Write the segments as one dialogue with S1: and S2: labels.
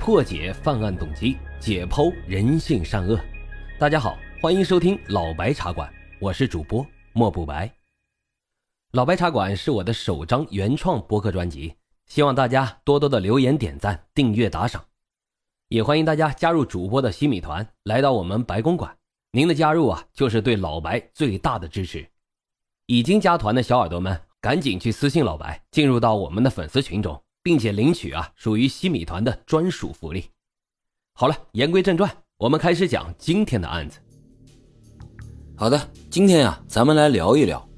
S1: 破解犯案动机，解剖人性善恶。大家好，欢迎收听老白茶馆，我是主播莫不白。老白茶馆是我的首张原创播客专辑，希望大家多多的留言点赞订阅打赏，也欢迎大家加入主播的西米团，来到我们白公馆，您的加入就是对老白最大的支持。已经加团的小耳朵们赶紧去私信老白，进入到我们的粉丝群中，并且领取属于西米团的专属福利。好了，言归正传，我们开始讲今天的案子。
S2: 好的，今天咱们来聊一聊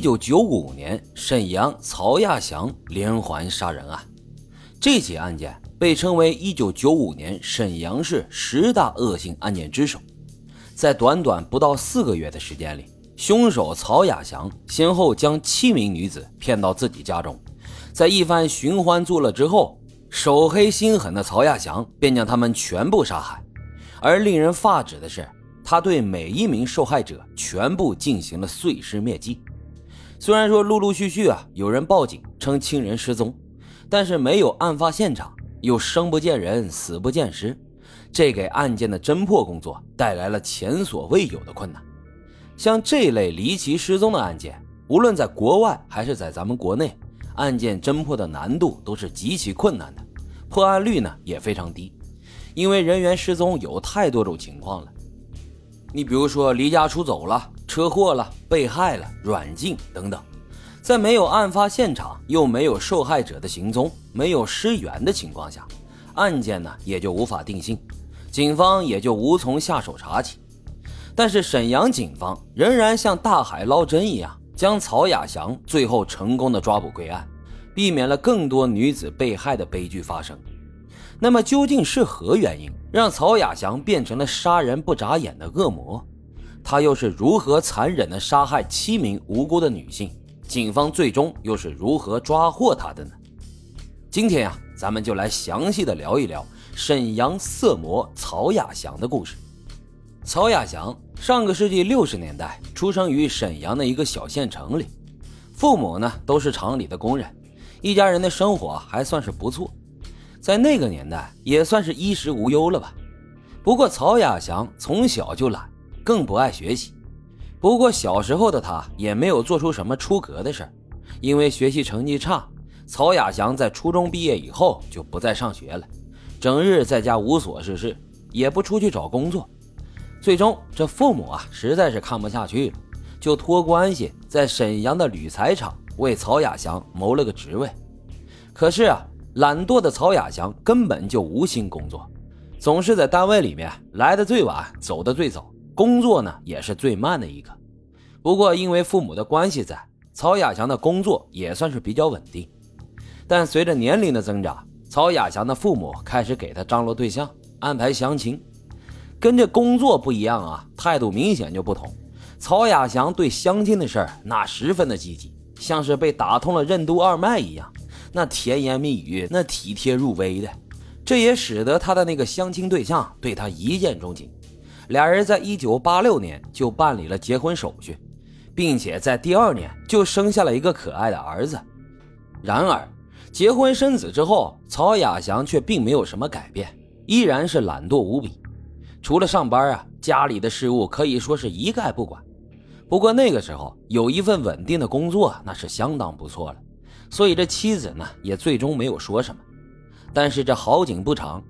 S2: 1995年沈阳曹亚祥连环杀人案。这起案件被称为1995年沈阳市10大恶性案件之首。在短短不到4个月的时间里，凶手曹亚祥先后将7名女子骗到自己家中，在一番寻欢作乐之后，手黑心狠的曹亚祥便将他们全部杀害。而令人发指的是，他对每一名受害者全部进行了碎尸灭迹。虽然说陆陆续续有人报警称亲人失踪，但是没有案发现场，又生不见人死不见尸，这给案件的侦破工作带来了前所未有的困难。像这类离奇失踪的案件，无论在国外还是在咱们国内，案件侦破的难度都是极其困难的，破案率呢也非常低。因为人员失踪有太多种情况了，你比如说离家出走了、车祸了、被害了、软禁等等，在没有案发现场又没有受害者的行踪、没有尸源的情况下，案件呢也就无法定性，警方也就无从下手查起。但是沈阳警方仍然像大海捞针一样，将曹亚祥最后成功的抓捕归案，避免了更多女子被害的悲剧发生。那么究竟是何原因让曹亚祥变成了杀人不眨眼的恶魔？他又是如何残忍地杀害7名无辜的女性？警方最终又是如何抓获他的呢？今天咱们就来详细的聊一聊沈阳色魔曹亚祥的故事。曹亚祥上个世纪60年代出生于沈阳的一个小县城里，父母呢都是厂里的工人，一家人的生活还算是不错，在那个年代也算是衣食无忧了吧。不过曹亚祥从小就懒，更不爱学习。不过小时候的他也没有做出什么出格的事儿，因为学习成绩差，曹亚祥在初中毕业以后就不再上学了，整日在家无所事事，也不出去找工作。最终这父母实在是看不下去了，就托关系在沈阳的铝材厂为曹亚祥谋了个职位。可是懒惰的曹亚祥根本就无心工作，总是在单位里面来得最晚走得最早，工作呢也是最慢的一个。不过因为父母的关系在，曹亚祥的工作也算是比较稳定。但随着年龄的增长，曹亚祥的父母开始给他张罗对象，安排相亲。跟这工作不一样态度明显就不同。曹亚祥对相亲的事儿那十分的积极，像是被打通了任督二脉一样，那甜言蜜语，那体贴入微的。这也使得他的那个相亲对象对他一见钟情，俩人在1986年就办理了结婚手续，并且在第2年就生下了一个可爱的儿子。然而结婚生子之后，曹亚祥却并没有什么改变，依然是懒惰无比。除了上班家里的事务可以说是一概不管。不过那个时候有一份稳定的工作那是相当不错了，所以这妻子呢也最终没有说什么。但是这好景不长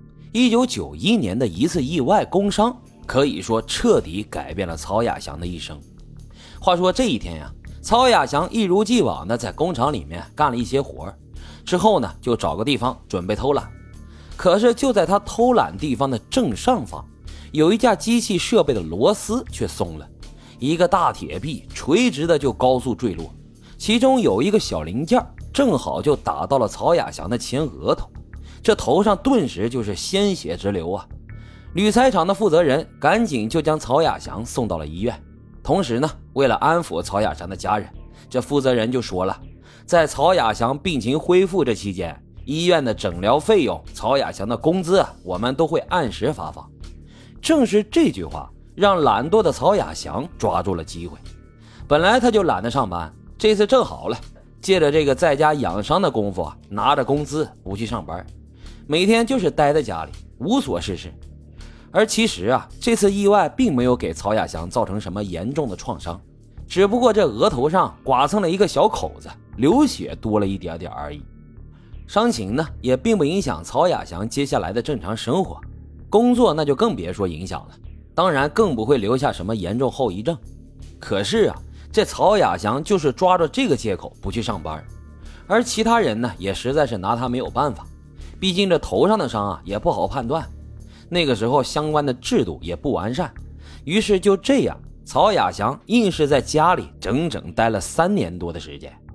S2: ，1991年的一次意外工伤可以说彻底改变了曹亚祥的一生。话说这一天曹亚祥一如既往的在工厂里面干了一些活，之后呢就找个地方准备偷懒。可是就在他偷懒地方的正上方，有一架机器设备的螺丝却松了，一个大铁臂垂直的就高速坠落，其中有一个小零件正好就打到了曹亚祥的前额头，这头上顿时就是鲜血直流铝材厂的负责人赶紧就将曹亚祥送到了医院。同时呢，为了安抚曹亚祥的家人，这负责人就说了，在曹亚祥病情恢复这期间，医院的诊疗费用、曹亚祥的工资我们都会按时发放。正是这句话让懒惰的曹亚祥抓住了机会。本来他就懒得上班，这次正好了，借着这个在家养伤的功夫拿着工资不去上班。 每天就是待在家里无所事事。而其实啊，这次意外并没有给曹亚祥造成什么严重的创伤，只不过这额头上剐蹭了一个小口子，流血多了一点点而已。伤情呢也并不影响曹亚祥接下来的正常生活，工作那就更别说影响了，当然更不会留下什么严重后遗症。可是啊，这曹亚祥就是抓着这个借口不去上班，而其他人呢也实在是拿他没有办法，毕竟这头上的伤啊也不好判断，那个时候相关的制度也不完善，于是就这样，曹亚祥硬是在家里整整待了3年多的时间。